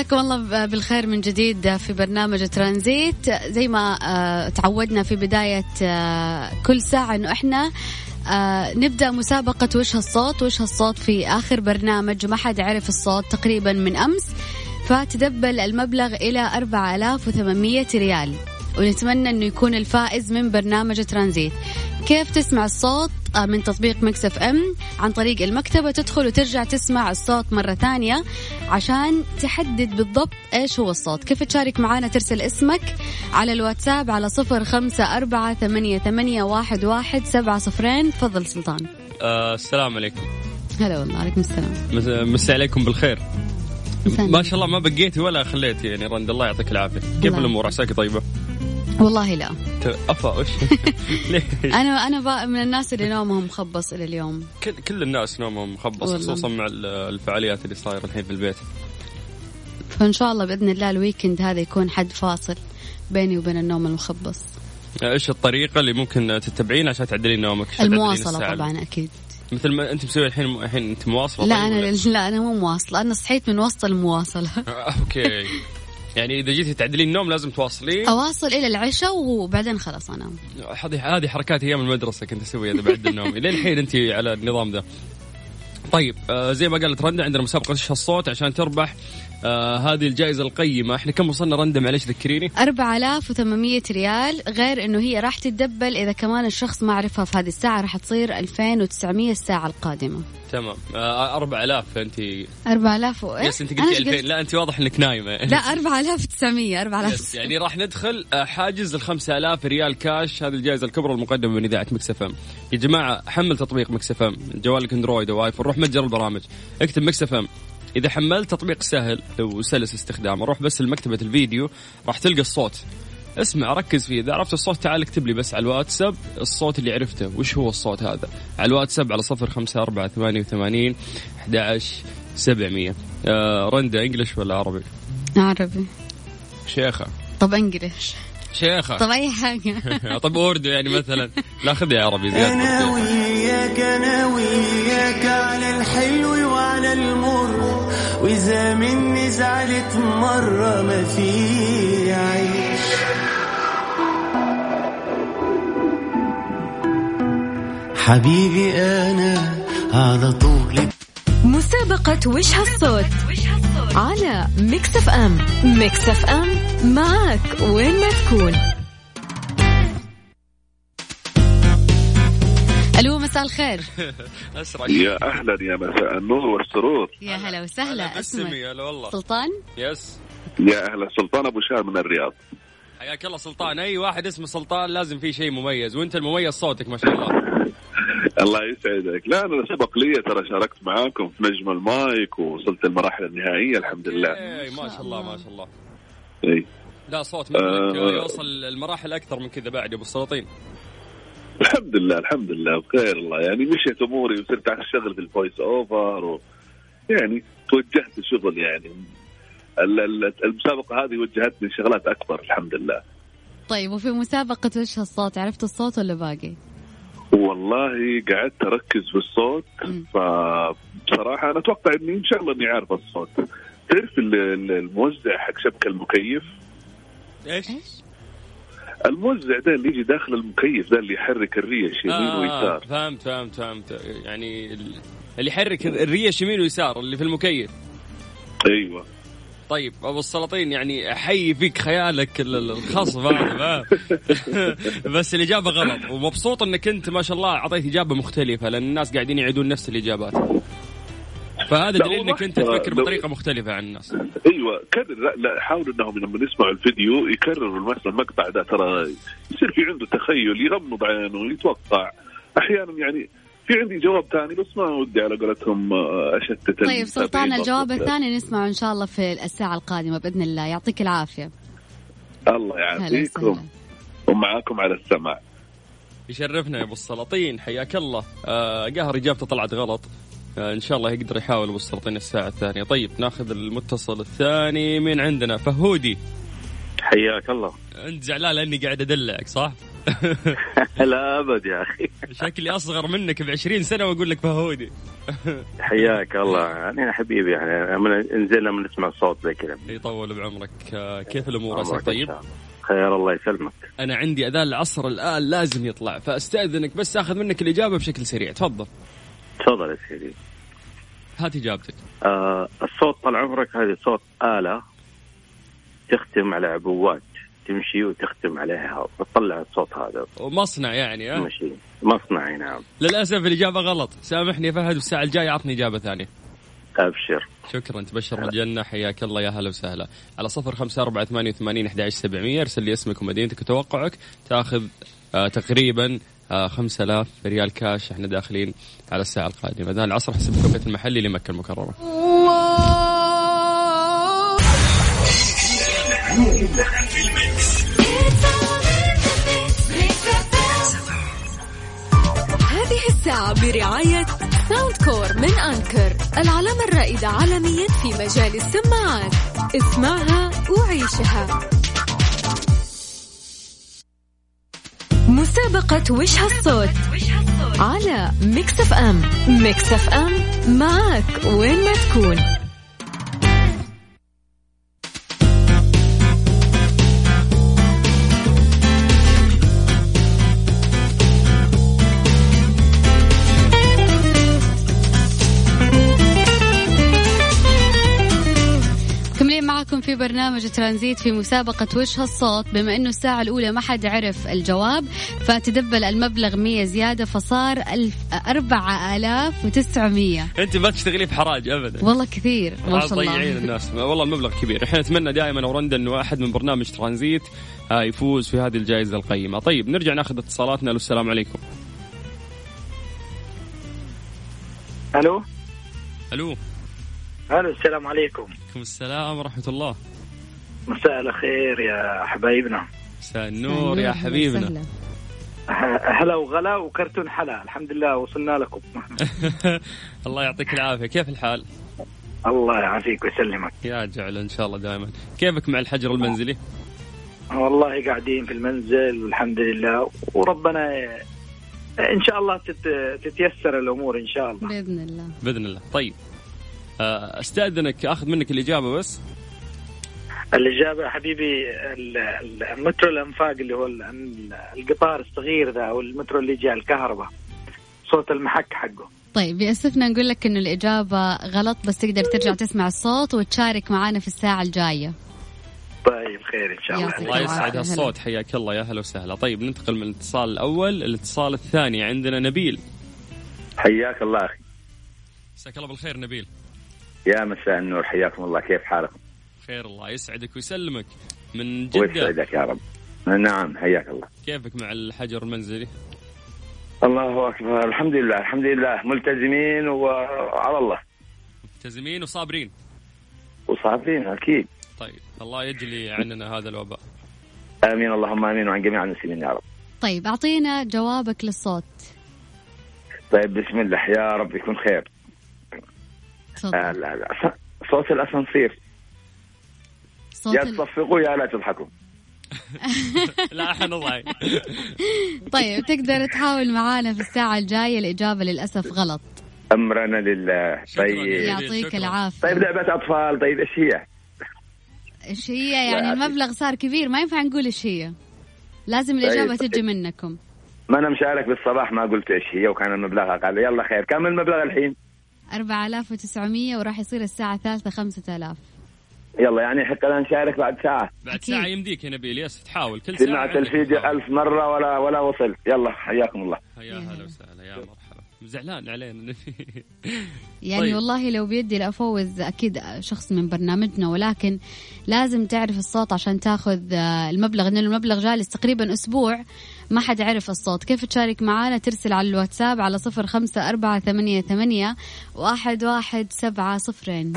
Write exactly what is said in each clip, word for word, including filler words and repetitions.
مساكم الله بالخير من جديد في برنامج ترانزيت. زي ما تعودنا في بداية كل ساعة إنه إحنا نبدأ مسابقة وش هالصوت. وش هالصوت في آخر برنامج ما حد عرف الصوت تقريبا من أمس، فتدبل المبلغ إلى أربعة آلاف وثمانمية ريال، ونتمنى أنه يكون الفائز من برنامج ترانزيت. كيف تسمع الصوت؟ من تطبيق ميكس اف ام عن طريق المكتبة، تدخل وترجع تسمع الصوت مرة ثانية عشان تحدد بالضبط ايش هو الصوت. كيف تشارك معنا؟ ترسل اسمك على الواتساب على صفر خمسة أربعة ثمانية ثمانية واحد واحد سبعة صفرين. تفضل سلطان. آه السلام عليكم. هلا والله. عليكم السلام. مساء عليكم بالخير. ما شاء الله ما بقيتي ولا خليتي يعني رند. الله يعطيك العافية. كيف الأمور؟ عساك طيبة؟ والله لا أفا وش أنا أنا من الناس اللي نومهم مخبص إلى اليوم. كل كل الناس نومهم مخبص، خصوصا مع الفعاليات اللي صايرة الحين في البيت. فإن شاء الله بإذن الله الويكند هذا يكون حد فاصل بيني وبين النوم المخبص. إيش الطريقة اللي ممكن تتبعين عشان تعدلين نومك؟ المواصلة طبعا أكيد. مثل ما أنت مسوي الحين. الحين أنت مواصلة؟ لا أنا لا أنا مو مواصلة، أنا صحيت من وسط المواصلة. أوكي. يعني إذا جيتي تعدلين النوم لازم تواصلين. أواصل إلى العشاء وبعدين خلاص أنام. هذه هذه حركات أيام المدرسة كنت أسويها إذا بعد النوم. لين الحين أنت على النظام ده. طيب آه زي ما قالت رندا عندنا مسابقة وش هالصوت عشان تربح آه هذه الجائزة القيمة. احنا كم وصلنا رندا معلش ذكريني؟ أربعة آلاف وثمانمية ريال، غير إنه هي راح تتدبل إذا كمان الشخص ما عرفها في هذه الساعة راح تصير ألفين وتسعمية الساعة القادمة. تمام. آه أربعة آلاف. أنت أربعة آلاف وإيه؟ يس أنت قلتي ألفين. لا أنت واضح إنك نايمة. لا أربعة آلاف وتسعمية. أربعة آلاف. يعني راح ندخل حاجز الخمسة آلاف ريال كاش. هذه الجائزة الكبرى المقدمة من إذاعة ميكس اف ام. يا جماعة حمل تطبيق ميكس اف ام جوالك اندرويد او ايفون، روح متجر البرامج اكتب ميكس اف ام. إذا حملت تطبيق سهل وسلس استخدامه، روح بس لمكتبة الفيديو راح تلقى الصوت. اسمع ركز فيه. إذا عرفت الصوت تعال اكتب لي بس على الواتساب الصوت اللي عرفته وش هو الصوت هذا على الواتساب على صفر خمسة أربعة ثمانية وثمانين أحد عشر سبعمية. آه رندا إنجليش ولا عربي؟ عربي. شيخة. طب إنجليش. شيخة. طب أي حاجة. طب أوردو يعني مثلا. لا خذي عربي زيادة. أنا وياك أنا وياك على الحلو وعلى المر، وإذا مني زعلت مرة ما في عيش. حبيبي أنا على طول. مسابقة وش هالصوت على ميكس اف ام. ميكس اف ام معك وين ما تكون. الو مساء الخير. يا اهلا يا مساء النور والسرور. يا هلا وسهلا. اسمك؟ سلطان. يس. يا اهلا. سلطان ابو شهر من الرياض. حياك الله سلطان. اي واحد اسمه سلطان لازم فيه شيء مميز، وانت المميز صوتك ما شاء الله. الله يسعدك. لا أنا سبق لي ترى شاركت معاكم في نجم المايك ووصلت المراحل النهائية الحمد لله. اي ما شاء الله ما شاء الله. اي لا صوت مثلك آه يوصل المراحل أكثر من كذا بعد يا أبو السلاطين. الحمد لله الحمد لله بخير الله. يعني مشيت أموري وصرت أشتغل في الفويس أوفر و... يعني توجهت الشغل. يعني المسابقة هذه وجهتني شغلات أكبر الحمد لله. طيب وفي مسابقة وش هالصوت عرفت الصوت ولا باقي؟ والله قعدت أركز في الصوت. فبصراحة أنا أتوقع إني إن شاء الله إني عارف الصوت. تعرف الموزع حق شبكة المكيف؟ إيش؟ الموزع ده اللي يجي داخل المكيف ده اللي يحرك الريش يمين آه ويسار. فهمت فهمت فهمت. يعني اللي يحرك الريش يمين ويسار اللي في المكيف. أيوة. طيب أبو السلاطين يعني أحيي فيك خيالك الخاص هذا. بس الإجابة غلط، ومبسوط أنك أنت ما شاء الله عطيت إجابة مختلفة لأن الناس قاعدين يعيدون نفس الإجابات. فهذا دليل أنك أنت تفكر بطريقة مختلفة عن الناس. أيوة كرر. لا, لا حاول أنهم لما يسمعوا الفيديو يكرروا مثلا المقطع ده ترى يصير في عنده تخيل يغمض عينه يتوقع. أحيانا يعني في عندي جواب ثاني بس ما ودي على قولتهم أشتت. طيب سلطان الجواب الثاني نسمعه إن شاء الله في الساعة القادمة بإذن الله. يعطيك العافية. الله يعافيكم ومعاكم على السماع. يشرفنا يا أبو السلاطين حياك الله. آه قهر إجابته طلعت غلط. آه إن شاء الله يقدر يحاول أبو السلاطين الساعة الثانية. طيب ناخذ المتصل الثاني من عندنا. فهودي حياك الله. أنت زعلان لأني قاعد أدلعك صح؟ لا أبد يا أخي. شكلي أصغر منك بعشرين سنة وأقول لك فهودي. حياك الله. يعني حبيبي يعني نزلنا من نسمع الصوت زي كذا. يطول بعمرك. كيف الأمور أسعد؟ طيب خير الله يسلمك. أنا عندي أذان العصر الآن لازم يطلع، فأستأذنك بس أخذ منك الإجابة بشكل سريع. تفضل. تفضل يا سيدي. هات إجابتك. آه الصوت طال عمرك هذه صوت آلة تختم على عبوات تمشي وتختم عليها وتطلع الصوت هذا. ومصنع يعني. ها ماشي مصنعي. نعم. للأسف الإجابة غلط، سامحني يا فهد، والساعة الجاية عطني إجابة ثانية. أبشر. شكرا، تبشر الجنة. حياك الله، يا هلا وسهلا. على صفر خمسة أربعة ثمانية وثمانين أحد عشر سبعمية ارسل لي اسمك ومدينتك وتوقعك. تأخذ آه تقريبا آه خمسة آلاف ريال كاش. احنا داخلين على الساعة القادمة. أذان العصر حسب التوقيت المحلي لمكة المكرمة. هذه الساعة برعاية ساوند كور من أنكر، العلامة الرائدة عالميا في مجال السماعات. اسمعها وعيشها. مسابقة وش هالصوت على ميكس اف ام. ميكس اف ام معك وين ما تكون. في برنامج ترانزيت في مسابقة وش هالصوت. بما أنه الساعة الأولى ما حد عرف الجواب، فتدبل المبلغ مية زيادة فصار ألف أربعة آلاف وتسعمية. أنت ما تشتغلي في حراج أبدا. والله كثير ما شاء الله. ضيعين الناس والله المبلغ كبير. إحنا نتمنى دائما ورندا أنه أحد من برنامج ترانزيت يفوز في هذه الجائزة القيمة. طيب نرجع ناخذ اتصالاتنا. السلام عليكم. ألو. ألو. ألو السلام عليكم. عليكم السلام ورحمة الله. مساء الخير يا حبايبنا. مساء النور يا حبيبنا. هلا وغلا وكرتون حلا. الحمد لله وصلنا لكم. الله يعطيك العافية. كيف الحال؟ الله يعافيك ويسلمك. يا جعل إن شاء الله دائما. كيفك مع الحجر المنزلي؟ والله قاعدين في المنزل والحمد لله، وربنا إن شاء الله تتيسر الأمور إن شاء الله بإذن الله. بإذن الله. طيب استأذنك أخذ منك الإجابة بس. الإجابة حبيبي المترو الأنفاق اللي هو القطار الصغير ذا، والمترو اللي جاء الكهرباء صوت المحك حقه. طيب يأسفنا نقول لك إنه الإجابة غلط، بس تقدر ترجع تسمع الصوت وتشارك معنا في الساعة الجاية. طيب خير إن شاء الله. الله يسعد هالصوت. حياك الله، يا هلا وسهلا. طيب ننتقل من الاتصال الأول الاتصال الثاني. عندنا نبيل. حياك الله أخي. مساك الله بالخير نبيل. يا مساء النور، حياكم الله. كيف حالكم؟ خير الله يسعدك ويسلمك من جدة. ويسعدك يا رب. نعم حياك الله. كيفك مع الحجر المنزلي؟ الله أكبر. الحمد لله الحمد لله ملتزمين وعلى الله. ملتزمين وصابرين. وصابرين أكيد. طيب الله يجلي عننا هذا الوباء. آمين اللهم آمين وعن جميع المسلمين يا رب. طيب أعطينا جوابك للصوت. طيب بسم الله يا رب يكون خير. آه لا لا صوت الأسانسير. يا تصفقوا يا لا تضحكوا. لا احنا ضايع. طيب تقدر تحاول معانا في الساعة الجاية. الإجابة للأسف غلط. أمرنا لله. طيب يعطيك العافية. طيب لعبة أطفال. طيب إيش هي؟ إيش هي يعني المبلغ صار كبير ما ينفع نقول إيش هي. لازم الإجابة طيب. تجي منكم. ما أنا مشارك بالصباح ما قلت إيش هي وكان المبلغ أقل. يلا خير. كم المبلغ الحين؟ أربعة آلاف وتسعمية وراح يصير الساعة الثالثة خمسة آلاف. يلا يعني حتى لا نشارك بعد ساعة. بعد أكيد. ساعة يمديك يا نبيل. يس تحاول كل ساعة. سمعت الفيديو ألف مرة ولا ولا وصل. يلا حياكم الله. يا هلا وسهلا يا مرحبا. زعلان علينا. يعني طيب. والله لو بيدي لأفوز أكيد شخص من برنامجنا، ولكن لازم تعرف الصوت عشان تاخذ المبلغ، إنه المبلغ جالس تقريبا أسبوع ما حد عرف الصوت. كيف تشارك معنا؟ ترسل على الواتساب على صفر خمسة أربعة ثمانية ثمانية واحد واحد سبعة صفرين.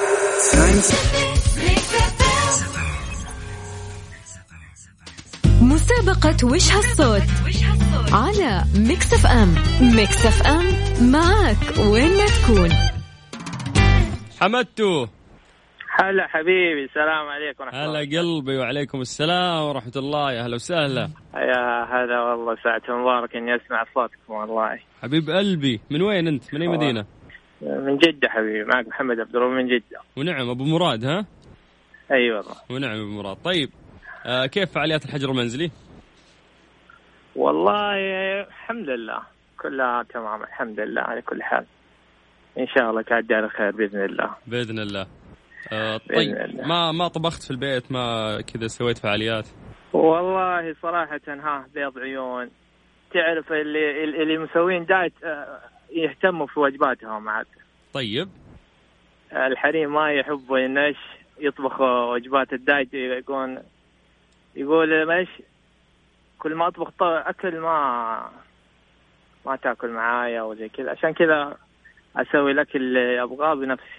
مسابقة وش هالصوت على ميكس اف ام. ميكس اف ام معك وين ما تكون. حمدتو. هلا حبيبي. السلام عليكم. هلا قلبي. وعليكم السلام ورحمة الله. يا هلا وسهلا. يا هلا والله ساعة مبارك إني أسمع صوتكم والله. حبيب قلبي. من وين أنت؟ من أي مدينة؟ من جدة حبيبي، معك محمد عبد الله من جدة. ونعم أبو مراد. ها أيوة والله. ونعم أبو مراد. طيب آه كيف فعاليات الحجر المنزلي؟ والله الحمد لله كلها تمام الحمد لله على كل حال، إن شاء الله تعدي على خير بإذن الله. بإذن الله. آه طيب الله. ما ما طبخت في البيت، ما كذا سويت فعاليات؟ والله صراحة ها بيض عيون، تعرف اللي اللي مسوين دايت يهتموا في وجباتهم عاد. طيب الحريم ما يحبوا إنش يطبخوا وجبات الدايت، يكون يقول ماش كل ما أطبخ أكل ما ما تأكل معايا وزي كذا، عشان كذا أسوي لك اللي أبغاه بنفسي.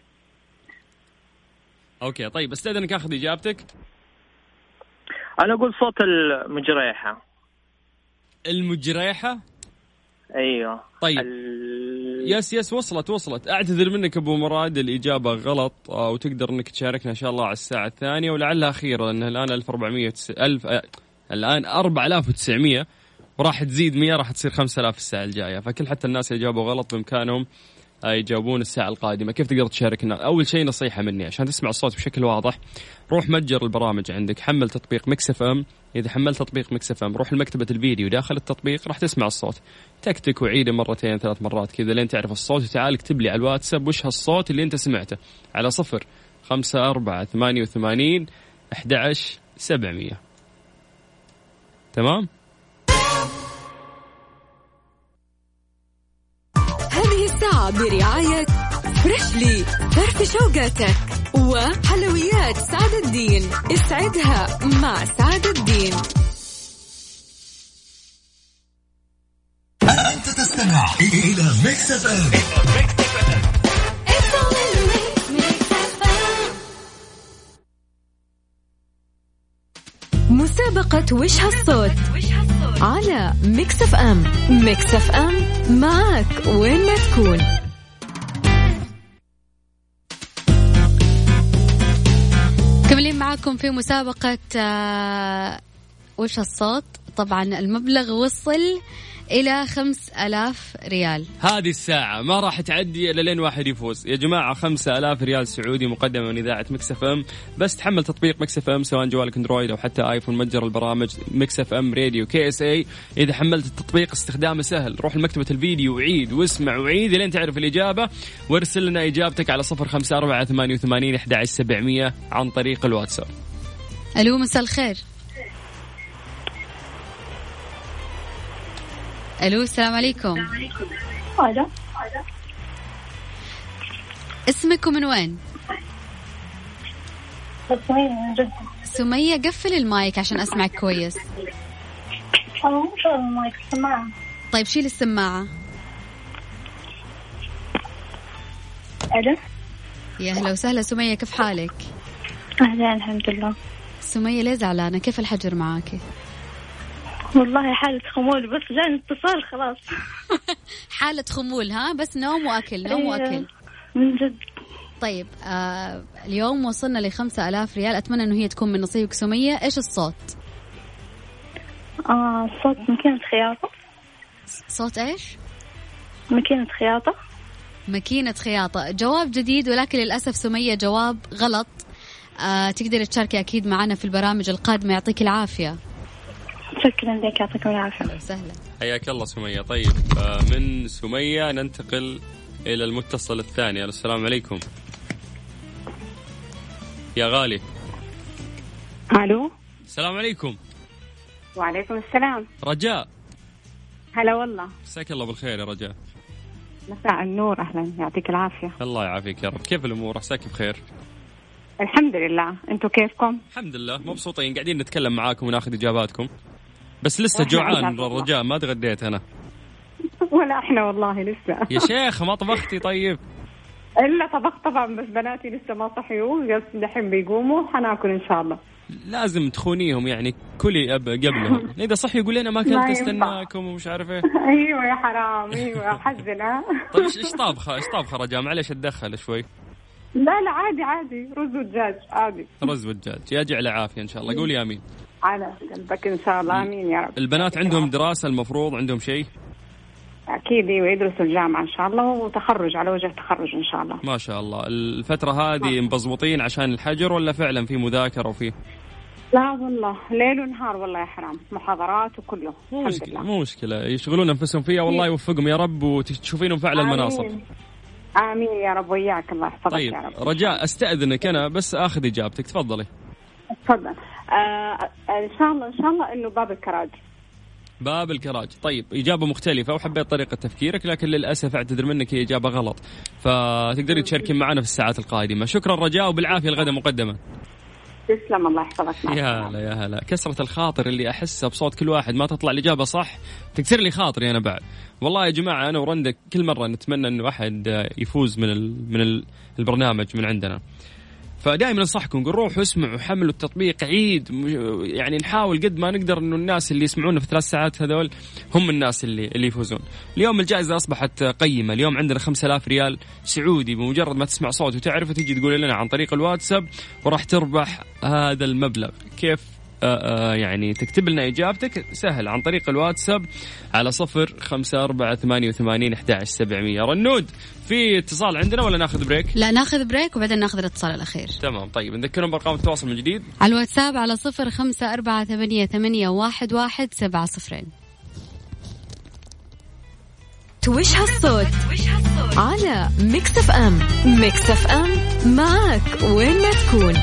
أوكي طيب استأذنك أخذ إجابتك. أنا أقول صوت المجريحة. المجريحة؟ أيوه. طيب ال... يس يس وصلت وصلت. أعتذر منك أبو مراد، الإجابة غلط، وتقدر أنك تشاركنا إن شاء الله على الساعة الثانية ولعلها أخيرة، لأنها الآن ألف وأربعمية وتس... ألف أ... الآن أربعة آلاف وتسعمية وراح تزيد مية، راح تصير خمسة آلاف الساعة الجاية. فكل حتى الناس اللي جابوا غلط بإمكانهم يجاوبون الساعة القادمة. كيف تقدر تشاركنا؟ أول شيء نصيحة مني عشان تسمع الصوت بشكل واضح، روح متجر البرامج عندك، حمل تطبيق ميكس اف ام. إذا حملت تطبيق ميكس اف ام روح لمكتبة الفيديو داخل التطبيق، راح تسمع الصوت، تكتك وعيده مرتين ثلاث مرات كذا لين تعرف الصوت، وتعال اكتب لي على الواتساب وش هالصوت اللي أنت سمعته على صفر خمسة أربعة ثمانية وثمانين أحد عشر سبعمية. تمام؟ هذه الساعة برعاية فريشلي، فرف شوقاتك، وحلويات سعد الدين، اسعدها مع سعد الدين. أنت تستمع إلى ميكس اف ام. مسابقة وش هالصوت على ميكس اف ام. ميكس اف ام معك وين ما تكون. كملين معاكم في مسابقة وش هالصوت. طبعا المبلغ وصل إلى خمس ألاف ريال. هذه الساعة ما راح تعدي إلا لين واحد يفوز يا جماعة. خمسة ألاف ريال سعودي مقدمة من إذاعة ميكس اف ام. بس تحمل تطبيق ميكس اف ام سواء جوالك اندرويد أو حتى آيفون، متجر البرامج ميكس اف ام راديو كي اس اي. إذا حملت التطبيق استخدامه سهل، روح لمكتبة الفيديو وعيد واسمع وعيد لين تعرف الإجابة، وارسل لنا إجابتك على صفر خمسة أربعة ثمانية وثمانين أحد عشر سبعمية عن طريق الواتساب. ألو مساء الخير. ألو السلام عليكم. ألو اسمك ومن وين؟ سمية من جدة. سمية قفل المايك عشان أسمعك كويس. أنا مو شغل المايك، السماعة. طيب شيل السماعة. ألو يا أهلا وسهلا سمية، كيف حالك؟ أهلا الحمد لله. سمية ليه زعلانة؟ كيف الحجر معاكي؟ والله حالة خمول، بس جاني اتصال خلاص. حالة خمول ها، بس نوم وأكل نوم وأكل من جد. طيب آه اليوم وصلنا لخمسة ألاف ريال، أتمنى أنه هي تكون من نصيبك سمية. إيش الصوت؟ آه صوت ماكينة خياطة. صوت إيش؟ ماكينة خياطة. ماكينة خياطة. جواب جديد ولكن للأسف سمية جواب غلط. آه تقدر تشاركي أكيد معنا في البرامج القادمة. يعطيك العافية. شكرا لك، يعطيكم العافية. سهلا. حياك الله سمية. طيب من سمية ننتقل إلى المتصل الثاني. السلام عليكم يا غالي. ألو السلام عليكم. وعليكم السلام. رجاء. هلا والله. مساك الله بالخير يا رجاء. مساء النور، أهلا، يعطيك العافية. الله يعافيك يا رب. كيف الأمور؟ عساك بخير؟ الحمد لله. أنتوا كيفكم؟ الحمد لله مبسوطين، قاعدين نتكلم معاكم وناخذ إجاباتكم، بس لسه جوعان الرجاء، ما تغديت أنا. ولا إحنا والله لسه. يا شيخ ما طبختي؟ طيب إلا طبخت طبعا، بس بناتي لسه ما صحيوا، بس دحين بيقوموا حناكل إن شاء الله. لازم تخونيهم يعني، كلي أب قبلهم. إذا صحي يقول لنا ما كنت استناكم ومش عارف إيه. أيوة يا حرام، أيوة حزن. ها طيب إيش طابخة؟ إيش طابخة رجاء؟ معلش أتدخل شوي. لا لا عادي عادي، رز ودجاج عادي. رز ودجاج، يجي على عافية إن شاء الله. قولي آمين. على قلبك إن شاء الله. آمين يا رب. البنات عندهم دراسة المفروض، عندهم شيء؟ أكيد ويدرسوا الجامعة إن شاء الله، وتخرج على وجه تخرج إن شاء الله. ما شاء الله. الفترة هذه مبزبطين عشان الحجر ولا فعلا في مذاكرة وفي؟ لا والله ليل ونهار والله يا حرام، محاضرات وكله. مو مشكلة مو مشكلة يشغلون أنفسهم فيها، والله يوفقهم يا رب وتشوفينهم فعلا المناصب. آمين يا رب وياك، الله يحفظك. طيب يا رب. رجاء استأذنك أنا بس أخذ إجابتك، تفضلي. تفضل. آه إن شاء الله إن شاء الله إنه باب الكراج. باب الكراج. طيب إجابة مختلفة وحبيت طريقة تفكيرك، لكن للأسف أعتذر منك، هي إجابة غلط، فتقدري تشاركين معنا في الساعات القادمة. شكرا رجاء وبالعافية الغدا مقدما. تسلم الله يحفظك. يا هلا يا هلا. كسرة الخاطر اللي أحسها بصوت كل واحد ما تطلع الإجابة صح تكسر لي خاطري أنا بعد. والله يا جماعة أنا ورندا كل مرة نتمنى إنه أحد يفوز من ال من ال البرنامج من عندنا، فدائما ننصحكم نقول روحوا اسمعوا حملوا التطبيق عيد، يعني نحاول قد ما نقدر إنه الناس اللي يسمعونا في ثلاث ساعات هذول هم الناس اللي اللي يفوزون. اليوم الجائزة أصبحت قيمة، اليوم عندنا خمسة آلاف ريال سعودي، بمجرد ما تسمع صوت وتعرف تيجي تقول لنا عن طريق الواتساب وراح تربح هذا المبلغ. كيف؟ آآ آآ يعني تكتب لنا إجابتك سهل عن طريق الواتساب على صفر خمسة أربعة ثمانية وثمانين أحد عشر سبعمية. رنود في اتصال عندنا ولا ناخذ بريك؟ لا ناخذ بريك وبعدين ناخذ الاتصال الأخير. تمام. طيب نذكرهم بأرقام التواصل من جديد على الواتساب على صفر خمسة أربعة ثمانية ثمانية واحد واحد سبعة صفرين. توش هالصوت على ميكس اف ام. ميكس اف ام معك وين ما تكون.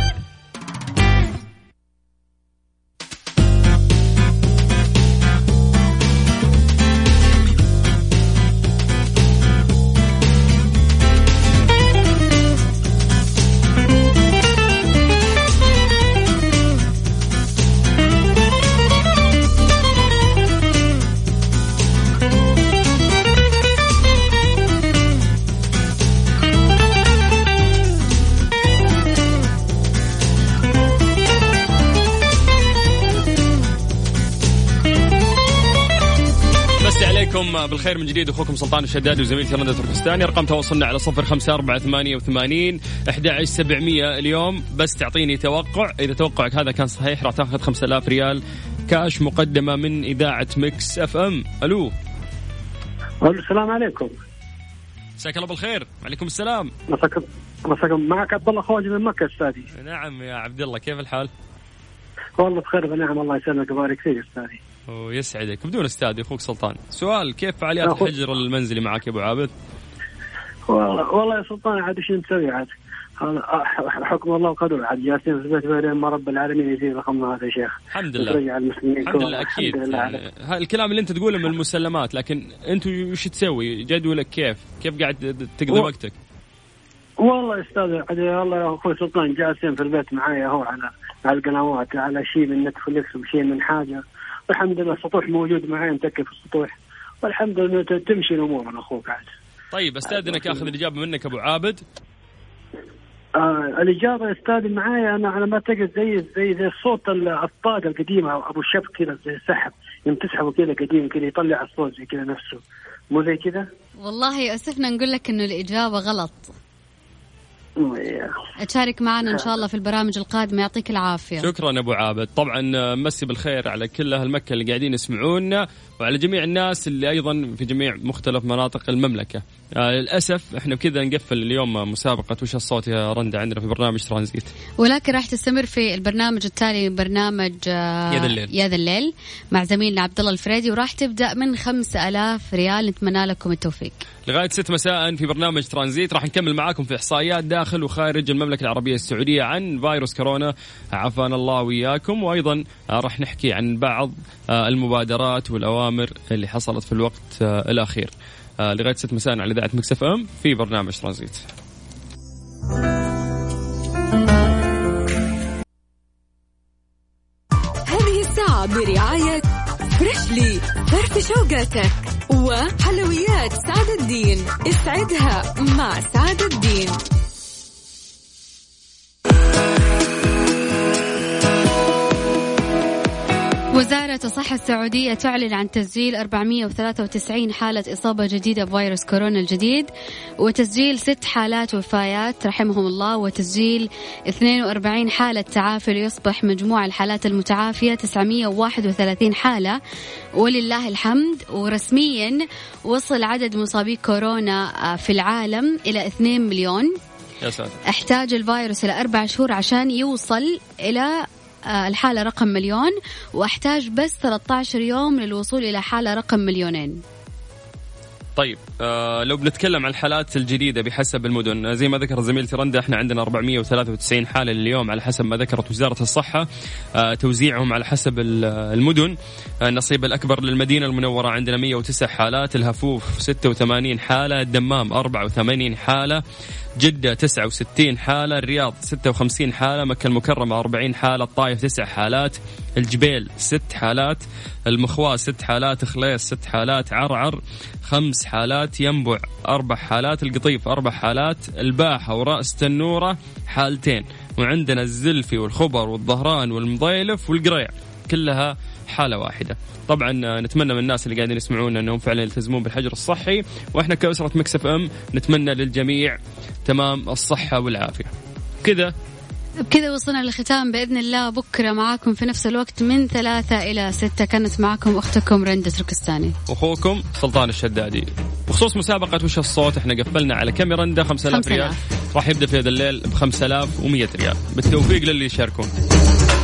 بالخير من جديد، أخوكم سلطان الشداد وزميلتي رندة تركستاني. أرقام تواصلنا على صفر خمسة أربعة ثمانية وثمانين أحد عشر سبعمية. اليوم بس تعطيني توقع، إذا توقعك هذا كان صحيح راح تأخذ خمسة آلاف ريال كاش مقدمة من إذاعة ميكس اف ام. ألو السلام عليكم. مساك الله بالخير. وعليكم السلام. مساكم مساكم معك عبد الله خواجه من مكة استاذي. نعم يا عبد الله، كيف الحال؟ والله بخير ونعم، الله يسلمك ويبارك فيك استاذي. ويسعدك. بدون استاذ اخوك سلطان، سؤال كيف فعاليات الحجر المنزلي معك يا ابو عابد؟ والله والله يا سلطان عاد ايش نسوي عاد، هذا حكم الله وقدره، عاد جالسين في البيت بين ما رب العالمين يزيد رقمنا هذا يا شيخ. الحمد لله الحمد لله اكيد. يعني الكلام اللي انت تقوله من المسلمات، لكن انتم وش تسوي؟ جدولك كيف كيف قاعد تقضي و... وقتك؟ والله يا استاذ عاد والله يا اخوي سلطان جالسين في البيت معايا هو على على القنوات، على شيء من نتفلكس وشيء من حاجه، والحمد لله السطوح موجود معي، متكي في السطوح والحمد لله تمشي الامور. انا اخوك عاد. طيب استاذنك اخذ الاجابه منك ابو عابد. آه الاجابه يا استاذ معايا انا على ما اعتقد زي زي زي صوت الطاقه القديمه ابو الشبك كذا، زي السحب يوم تسحبه كذا قديم كذا يطلع الصوت زي كذا نفسه، مو زي كذا؟ والله يأسفنا نقول لك انه الاجابه غلط. تشارك معنا إن شاء الله في البرامج القادمة. يعطيك العافية. شكرا أبو عابد. طبعا مسي بالخير على كل أهل مكة اللي قاعدين يسمعونا، وعلى جميع الناس اللي أيضا في جميع مختلف مناطق المملكة. آه للأسف إحنا بكذا نقفل اليوم مسابقة وش الصوت يا رندا عندنا في برنامج ترانزيت، ولكن راح تستمر في البرنامج التالي، برنامج آه يا ذا الليل. يا ذا الليل مع زميلنا عبد الله الفريدي، وراح تبدأ من خمسة آلاف ريال. نتمنى لكم التوفيق. لغاية ست مساء في برنامج ترانزيت راح نكمل معاكم في إحصائيات داخل وخارج المملكة العربية السعودية عن فيروس كورونا، عافانا الله وياكم، وأيضا راح نحكي عن بعض المبادرات والأوامر اللي حصلت في الوقت الأخير. لغاية ست مساء على إذاعة ميكس اف ام في برنامج ترانزيت. هذه الساعة برعاية فريشلي، فرف شوقاتك، وحلويات سعد الدين، اسعدها مع سعد الدين. وزارة الصحة السعودية تعلن عن تسجيل أربعمائة وثلاثة وتسعين حالة إصابة جديدة بفيروس كورونا الجديد، وتسجيل ست حالات وفايات رحمهم الله، وتسجيل اثنين وأربعين حالة تعافي، ليصبح مجموع الحالات المتعافية تسعمائة وواحد وثلاثين حالة ولله الحمد. ورسميا وصل عدد مصابي كورونا في العالم إلى اثنين مليون. يا ساتر. احتاج الفيروس إلى أربع شهور عشان يوصل إلى الحالة رقم مليون، واحتاج بس ثلاثة عشر يوم للوصول إلى حالة رقم مليونين. طيب آه لو بنتكلم عن الحالات الجديدة بحسب المدن، زي ما ذكر زميلتي رندا، احنا عندنا أربعمائة وثلاثة وتسعين حالة اليوم على حسب ما ذكرت وزارة الصحة. آه توزيعهم على حسب المدن، آه النصيب الأكبر للمدينة المنورة عندنا مائة وتسع حالات، الهفوف ستة وثمانين حالة، الدمام أربعة وثمانين حالة، جدة تسعة وستين حالة، الرياض ستة وخمسين حالة، مكة المكرمة أربعين حالة، الطائف تسع حالات، الجبيل ست حالات، المخواس ست حالات، خليص ست حالات، عرعر خمس حالات، ينبع أربع حالات، القطيف أربع حالات، الباحة ورأس تنورة حالتين، وعندنا الزلفي والخبر والظهران والمضيلف والقريع كلها حالة واحدة. طبعا نتمنى من الناس اللي قاعدين يسمعونا أنهم فعلا يلتزمون بالحجر الصحي، وإحنا كأسرة ميكس إف إم نتمنى للجميع تمام الصحة والعافية. كذا بكذا وصلنا للختام بإذن الله. بكرة معاكم في نفس الوقت من ثلاثة إلى ستة. كانت معاكم أختكم رندة تركستاني وأخوكم سلطان الشدادي. بخصوص مسابقة وش الصوت، إحنا قفلنا على كم رندة خمسة آلاف ريال، راح يبدأ في هذا الليل بخمسة آلاف ومئة ريال. بالتوفيق للي يشاركون.